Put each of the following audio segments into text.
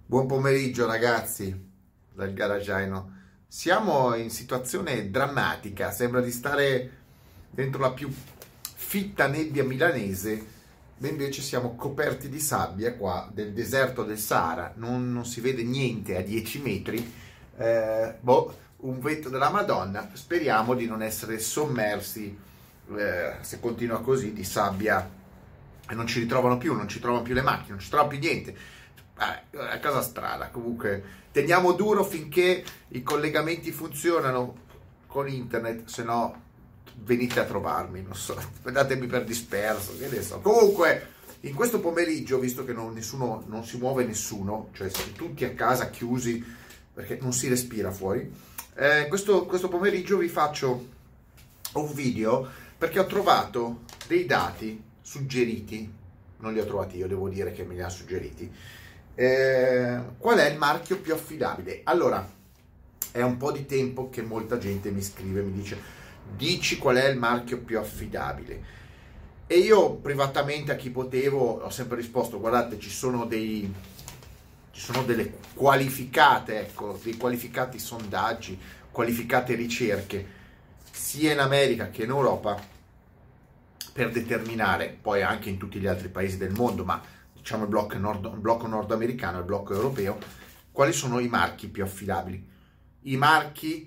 Buon pomeriggio ragazzi dal garagiano. Siamo in situazione drammatica, sembra di stare dentro la più fitta nebbia milanese, ma invece siamo coperti di sabbia qua del deserto del Sahara, non si vede niente a 10 metri, un vento della Madonna, speriamo di non essere sommersi se continua così di sabbia e non ci ritrovano più, non ci trovano più le macchine, non ci trovano più niente. È una cosa strana. Comunque teniamo duro finché i collegamenti funzionano con internet, se no venite a trovarmi, non so, datemi per disperso, che ne so. Comunque in questo pomeriggio, visto che nessuno, non si muove nessuno, cioè siamo tutti a casa chiusi perché non si respira fuori, questo pomeriggio vi faccio un video perché ho trovato dei dati suggeriti, non li ho trovati io, devo dire che me li ha suggeriti. Qual è il marchio più affidabile? Allora, è un po' di tempo che molta gente mi scrive, mi dici qual è il marchio più affidabile? E io privatamente a chi potevo ho sempre risposto, guardate, ci sono delle qualificate, ecco, dei qualificati sondaggi, qualificate ricerche, sia in America che in Europa, per determinare, poi anche in tutti gli altri paesi del mondo, ma diciamo il blocco nordamericano e il blocco europeo, quali sono i marchi più affidabili. I marchi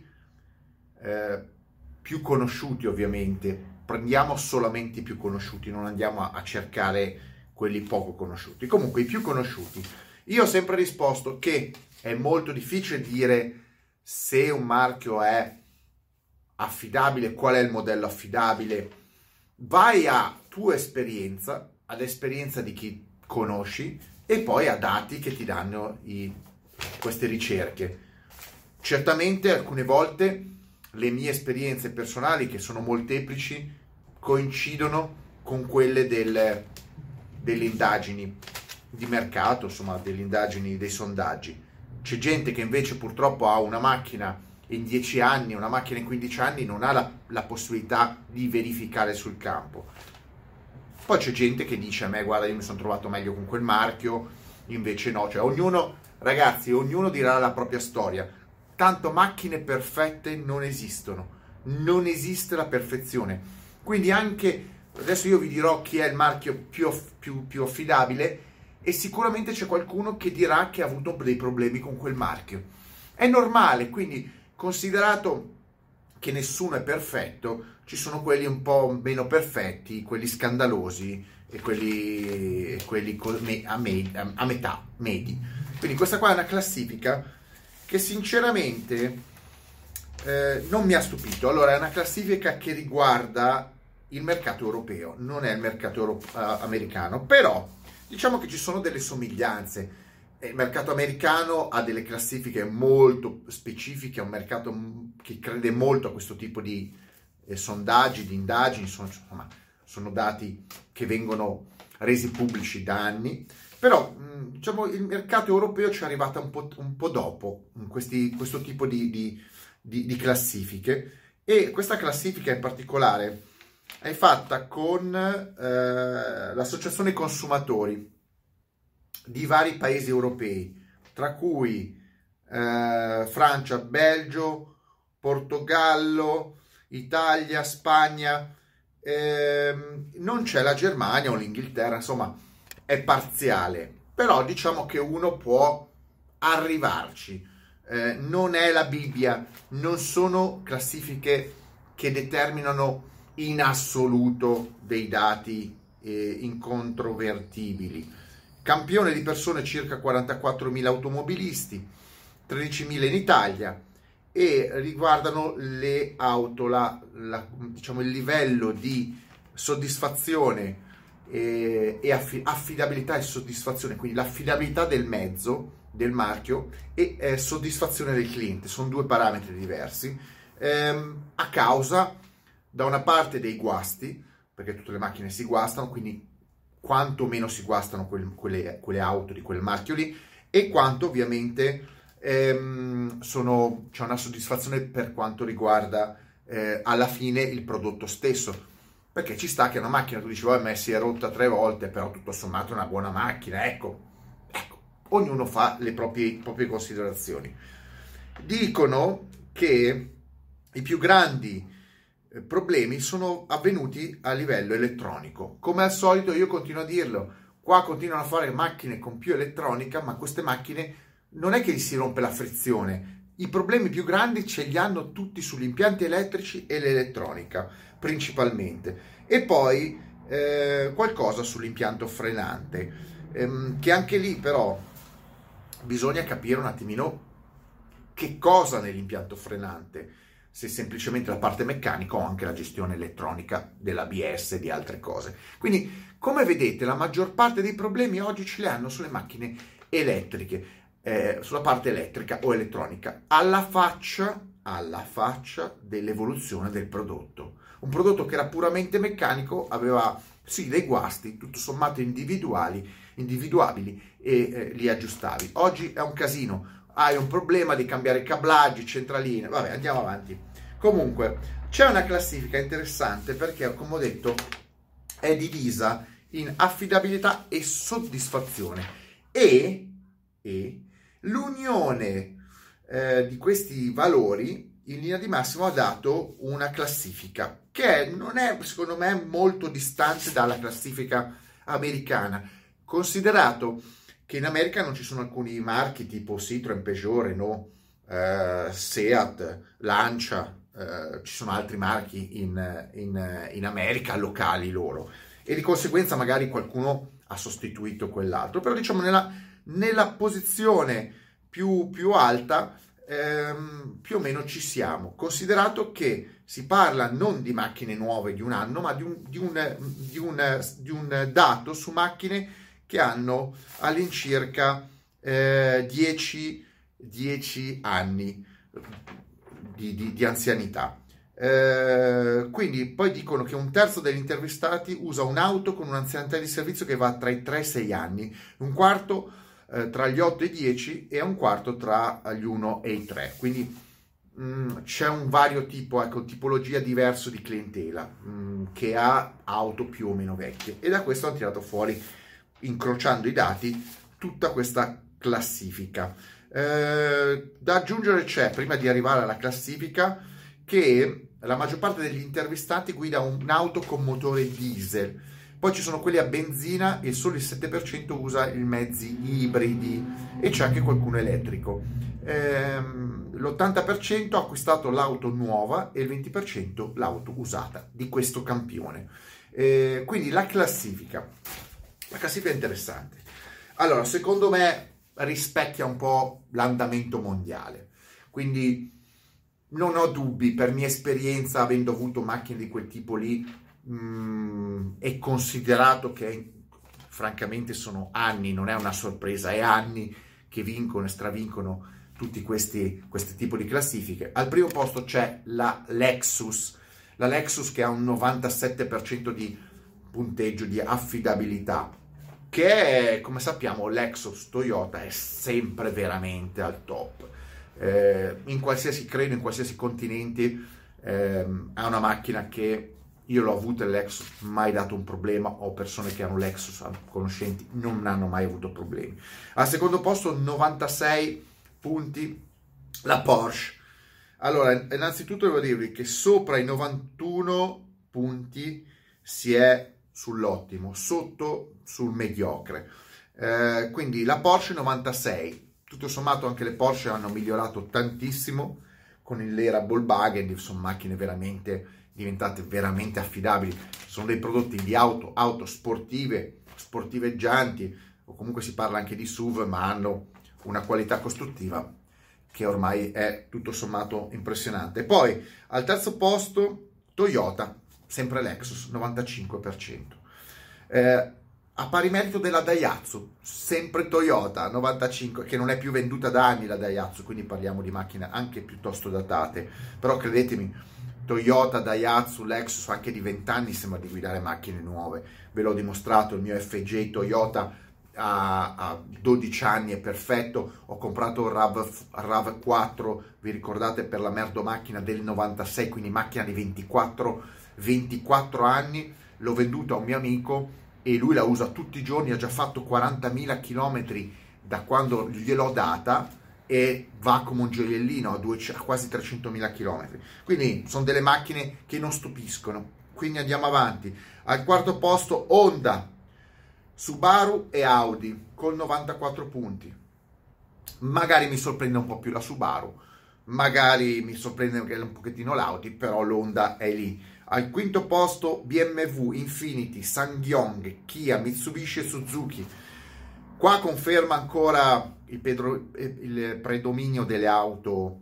più conosciuti, ovviamente, prendiamo solamente i più conosciuti, non andiamo a cercare quelli poco conosciuti. Comunque i più conosciuti. Io ho sempre risposto che è molto difficile dire se un marchio è affidabile, qual è il modello affidabile. Vai a tua esperienza, all'esperienza di chi conosci e poi a dati che ti danno queste ricerche. Certamente alcune volte le mie esperienze personali, che sono molteplici, coincidono con quelle delle indagini di mercato, insomma delle indagini, dei sondaggi. C'è gente che invece purtroppo ha una macchina in 10 anni, una macchina in 15 anni, non ha la possibilità di verificare sul campo. Poi c'è gente che dice a me, guarda, io mi sono trovato meglio con quel marchio, invece no. Cioè ognuno, ragazzi, ognuno dirà la propria storia. Tanto macchine perfette non esistono, non esiste la perfezione. Quindi anche, adesso io vi dirò chi è il marchio più affidabile e sicuramente c'è qualcuno che dirà che ha avuto dei problemi con quel marchio. È normale, quindi considerato che nessuno è perfetto, ci sono quelli un po' meno perfetti, quelli scandalosi e quelli a metà, medi. Quindi questa qua è una classifica che sinceramente non mi ha stupito. Allora, è una classifica che riguarda il mercato europeo, non è il mercato americano, però diciamo che ci sono delle somiglianze. Il mercato americano ha delle classifiche molto specifiche, è un mercato che crede molto a questo tipo di sondaggi, di indagini, sono dati che vengono resi pubblici da anni, però diciamo, il mercato europeo ci è arrivato un po' dopo questo tipo di classifiche, e questa classifica in particolare è fatta con l'associazione consumatori di vari paesi europei, tra cui Francia, Belgio, Portogallo, Italia, Spagna, non c'è la Germania o l'Inghilterra, insomma è parziale, però diciamo che uno può arrivarci, non è la Bibbia, non sono classifiche che determinano in assoluto dei dati incontrovertibili. Campione di persone circa 44.000 automobilisti, 13.000 in Italia, e riguardano le auto, diciamo, il livello di soddisfazione e affidabilità e soddisfazione, quindi l'affidabilità del mezzo, del marchio, e soddisfazione del cliente. Sono due parametri diversi, a causa da una parte dei guasti, perché tutte le macchine si guastano, quindi quanto meno si guastano quelle auto di quel marchio lì, e quanto ovviamente c'è una soddisfazione per quanto riguarda alla fine il prodotto stesso, perché ci sta che una macchina, tu dici, a me si è rotta 3 volte, però tutto sommato è una buona macchina, ecco, ognuno fa le proprie considerazioni. Dicono che i più grandi problemi sono avvenuti a livello elettronico. Come al solito, io continuo a dirlo, qua continuano a fare macchine con più elettronica, ma queste macchine non è che gli si rompe la frizione. I problemi più grandi ce li hanno tutti sugli impianti elettrici e l'elettronica, principalmente. E poi qualcosa sull'impianto frenante, che anche lì però bisogna capire un attimino che cosa nell'impianto frenante, se semplicemente la parte meccanica o anche la gestione elettronica dell'ABS e di altre cose. Quindi, come vedete, la maggior parte dei problemi oggi ce li hanno sulle macchine elettriche, sulla parte elettrica o elettronica, alla faccia dell'evoluzione del prodotto. Un prodotto che era puramente meccanico aveva sì dei guasti, tutto sommato individuabili, e li aggiustavi. Oggi è un casino. Hai un problema di cambiare cablaggi, centraline, vabbè, andiamo avanti. Comunque, c'è una classifica interessante perché, come ho detto, è divisa in affidabilità e soddisfazione. E l'unione di questi valori, in linea di massimo, ha dato una classifica che non è, secondo me, molto distante dalla classifica americana, considerato che in America non ci sono alcuni marchi tipo Citroën, Peugeot, Renault, Seat, Lancia, ci sono altri marchi in America, locali loro, e di conseguenza magari qualcuno ha sostituito quell'altro, però diciamo nella posizione più alta più o meno ci siamo, considerato che si parla non di macchine nuove di un anno, ma di un dato su macchine che hanno all'incirca 10 anni di anzianità. Quindi poi dicono che un terzo degli intervistati usa un'auto con un'anzianità di servizio che va tra i 3 e i 6 anni, un quarto tra gli 8 e i 10 e un quarto tra gli 1 e i 3. Quindi c'è un vario tipo, ecco, tipologia diverso di clientela che ha auto più o meno vecchie, e da questo hanno tirato fuori, incrociando i dati, tutta questa classifica. Da aggiungere c'è, prima di arrivare alla classifica, che la maggior parte degli intervistati guida un'auto con motore diesel, poi ci sono quelli a benzina e solo il 7% usa i mezzi ibridi, e c'è anche qualcuno elettrico. L'80% ha acquistato l'auto nuova e il 20% l'auto usata di questo campione. Quindi la classifica è interessante. Allora, secondo me rispecchia un po' l'andamento mondiale, quindi non ho dubbi, per mia esperienza, avendo avuto macchine di quel tipo lì, e considerato che francamente sono anni, non è una sorpresa, è anni che vincono e stravincono tutti questi tipi di classifiche. Al primo posto c'è la Lexus che ha un 97% di punteggio di affidabilità, che è, come sappiamo, Lexus Toyota è sempre veramente al top. In qualsiasi continente è una macchina che io l'ho avuta, il Lexus, mai dato un problema. Ho persone che hanno Lexus, conoscenti, non hanno mai avuto problemi. Al secondo posto, 96 punti, la Porsche. Allora, innanzitutto devo dirvi che sopra i 91 punti si è sull'ottimo, sotto sul mediocre. Quindi la Porsche 96. Tutto sommato anche le Porsche hanno migliorato tantissimo con l'era Volkswagen, sono macchine diventate veramente affidabili. Sono dei prodotti di auto sportiveggianti, o comunque si parla anche di SUV, ma hanno una qualità costruttiva che ormai è tutto sommato impressionante. Poi al terzo posto Toyota, sempre Lexus, 95%. A pari merito della Daihatsu, sempre Toyota, 95%, che non è più venduta da anni la Daihatsu, quindi parliamo di macchine anche piuttosto datate. Però credetemi, Toyota, Daihatsu, Lexus, anche di 20 anni sembra di guidare macchine nuove. Ve l'ho dimostrato, il mio FJ Toyota a 12 anni è perfetto. Ho comprato il RAV4, vi ricordate, per la merdo macchina del 96, quindi macchina di 24 anni. L'ho venduto a un mio amico e lui la usa tutti i giorni, ha già fatto 40.000 km da quando gliel'ho data e va come un gioiellino a quasi 300.000 km. Quindi sono delle macchine che non stupiscono. Quindi andiamo avanti. Al quarto posto Honda, Subaru e Audi con 94 punti. Magari mi sorprende un po' più la Subaru, magari mi sorprende un pochettino l'Audi, però l'Honda è lì. Al quinto posto BMW, Infiniti, SsangYong, Kia, Mitsubishi e Suzuki. Qua conferma ancora il predominio delle auto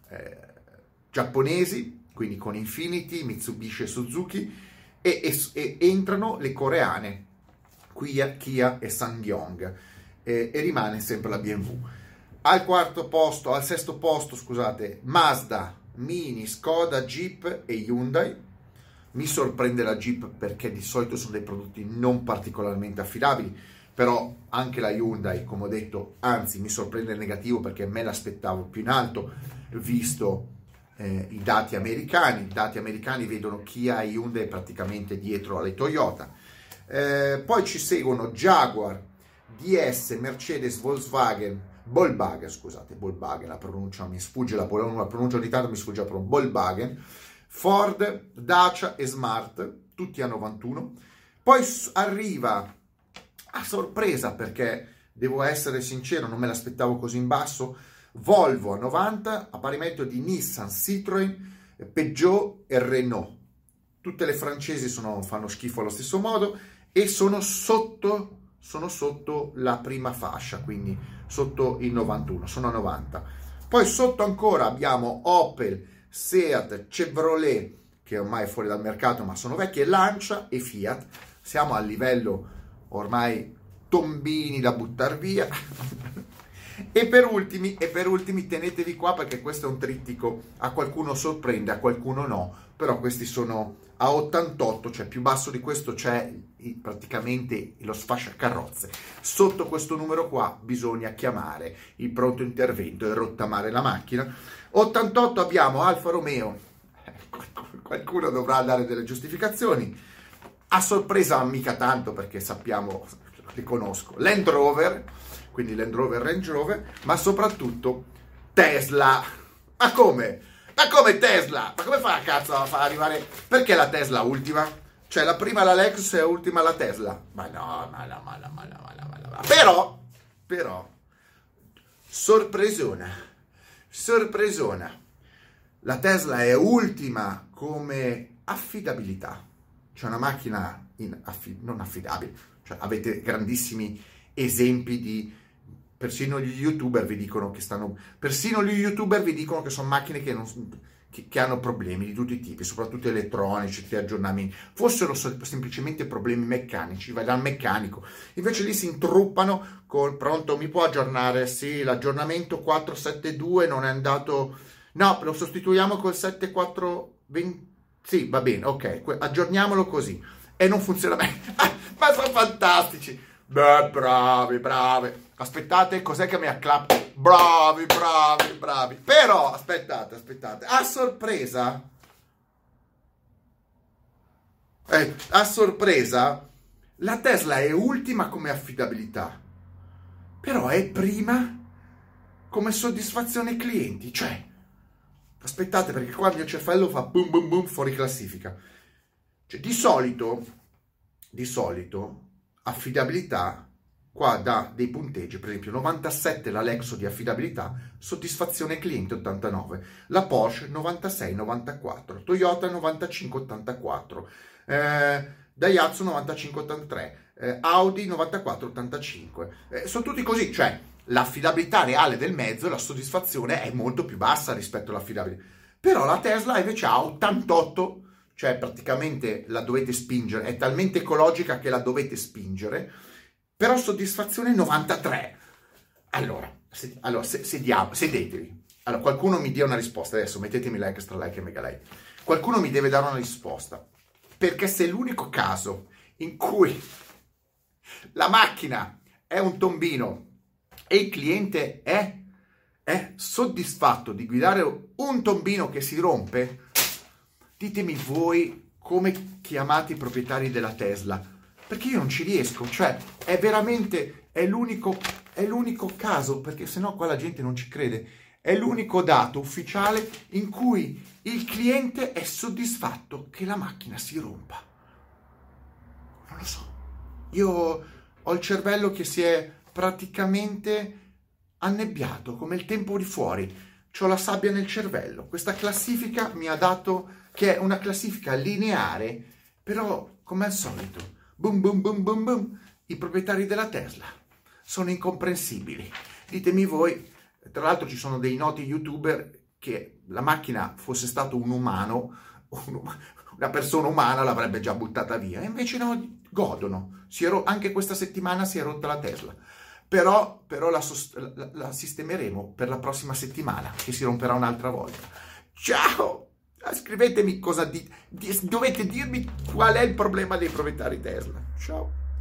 giapponesi, quindi con Infiniti, Mitsubishi e Suzuki, e entrano le coreane, Kia e SsangYong, e rimane sempre la BMW. Al sesto posto, scusate, Mazda, Mini, Skoda, Jeep e Hyundai. Mi sorprende la Jeep perché di solito sono dei prodotti non particolarmente affidabili, però anche la Hyundai, come ho detto, anzi mi sorprende il negativo perché me l'aspettavo più in alto, visto i dati americani. I dati americani vedono Kia e Hyundai praticamente dietro alle Toyota. Poi ci seguono Jaguar, DS, Mercedes, Volkswagen, Volkswagen, la pronuncia mi sfugge, la pronuncia di tanto mi sfugge la pronuncia, Volkswagen, Ford, Dacia e Smart, tutti a 91. Poi arriva a sorpresa, perché devo essere sincero, non me l'aspettavo così in basso, Volvo a 90, a parimento di Nissan, Citroën, Peugeot e Renault. Tutte le francesi fanno schifo allo stesso modo e sono sotto la prima fascia, quindi sotto il 91, sono a 90. Poi sotto ancora abbiamo Opel, Seat, Chevrolet, che ormai è fuori dal mercato ma sono vecchie, Lancia e Fiat. Siamo a livello ormai tombini da buttar via. E per ultimi tenetevi qua, perché questo è un trittico, a qualcuno sorprende, a qualcuno no, però questi sono a 88, cioè più basso di questo c'è praticamente lo sfasciacarrozze. Sotto questo numero qua bisogna chiamare il pronto intervento e rottamare la macchina. 88 abbiamo Alfa Romeo, qualcuno dovrà dare delle giustificazioni, a sorpresa mica tanto perché sappiamo, li conosco, Land Rover, quindi Land Rover, Range Rover, ma soprattutto Tesla. Ma come? Ma come Tesla? Ma come fa a cazzo a far arrivare? Perché la Tesla ultima? Cioè la prima la Lexus e ultima la Tesla? Ma no, Però, sorpresona. La Tesla è ultima come affidabilità. C'è una macchina non affidabile. Cioè avete grandissimi esempi di... Persino gli youtuber vi dicono che sono macchine che hanno problemi di tutti i tipi, soprattutto elettronici, tutti aggiornamenti. Fossero semplicemente problemi meccanici, vai dal meccanico. Invece lì si intruppano con pronto, mi può aggiornare? Sì, l'aggiornamento 472 non è andato... No, lo sostituiamo col 7420. Sì, va bene, ok, aggiorniamolo così. E non funziona bene. Ma sono fantastici. Beh, bravi. Aspettate, cos'è che mi acclappa? Bravi. Però, aspettate. A sorpresa, la Tesla è ultima come affidabilità, però è prima come soddisfazione clienti. Cioè, aspettate, perché qua il mio cervello fa boom boom boom fuori classifica. Cioè, di solito, affidabilità qua dà dei punteggi, per esempio 97 la Lexus di affidabilità, soddisfazione cliente 89, la Porsche 96-94, Toyota 95-84, Daihatsu 95-83, Audi 94-85, sono tutti così, cioè l'affidabilità reale del mezzo, la soddisfazione è molto più bassa rispetto all'affidabilità, però la Tesla invece ha 88, cioè praticamente la dovete spingere, è talmente ecologica che la dovete spingere, però soddisfazione 93. Allora sedetevi. Allora, qualcuno mi dia una risposta. Adesso mettetemi like, extra like e mega like. Qualcuno mi deve dare una risposta. Perché se è l'unico caso in cui la macchina è un tombino e il cliente è soddisfatto di guidare un tombino che si rompe, ditemi voi come chiamate i proprietari della Tesla. Perché io non ci riesco, cioè è l'unico è l'unico caso, perché sennò qua la gente non ci crede, è l'unico dato ufficiale in cui il cliente è soddisfatto che la macchina si rompa. Non lo so. Io ho il cervello che si è praticamente annebbiato, come il tempo di fuori. C'ho la sabbia nel cervello. Questa classifica mi ha dato che è una classifica lineare, però come al solito, boom boom boom boom boom, i proprietari della Tesla sono incomprensibili. Ditemi voi, tra l'altro ci sono dei noti youtuber che la macchina fosse stato un umano, una persona umana l'avrebbe già buttata via, e invece no, godono. Anche questa settimana si è rotta la Tesla. Però la sistemeremo per la prossima settimana, che si romperà un'altra volta. Ciao! Scrivetemi cosa dovete dirmi qual è il problema dei proprietari Tesla. Ciao!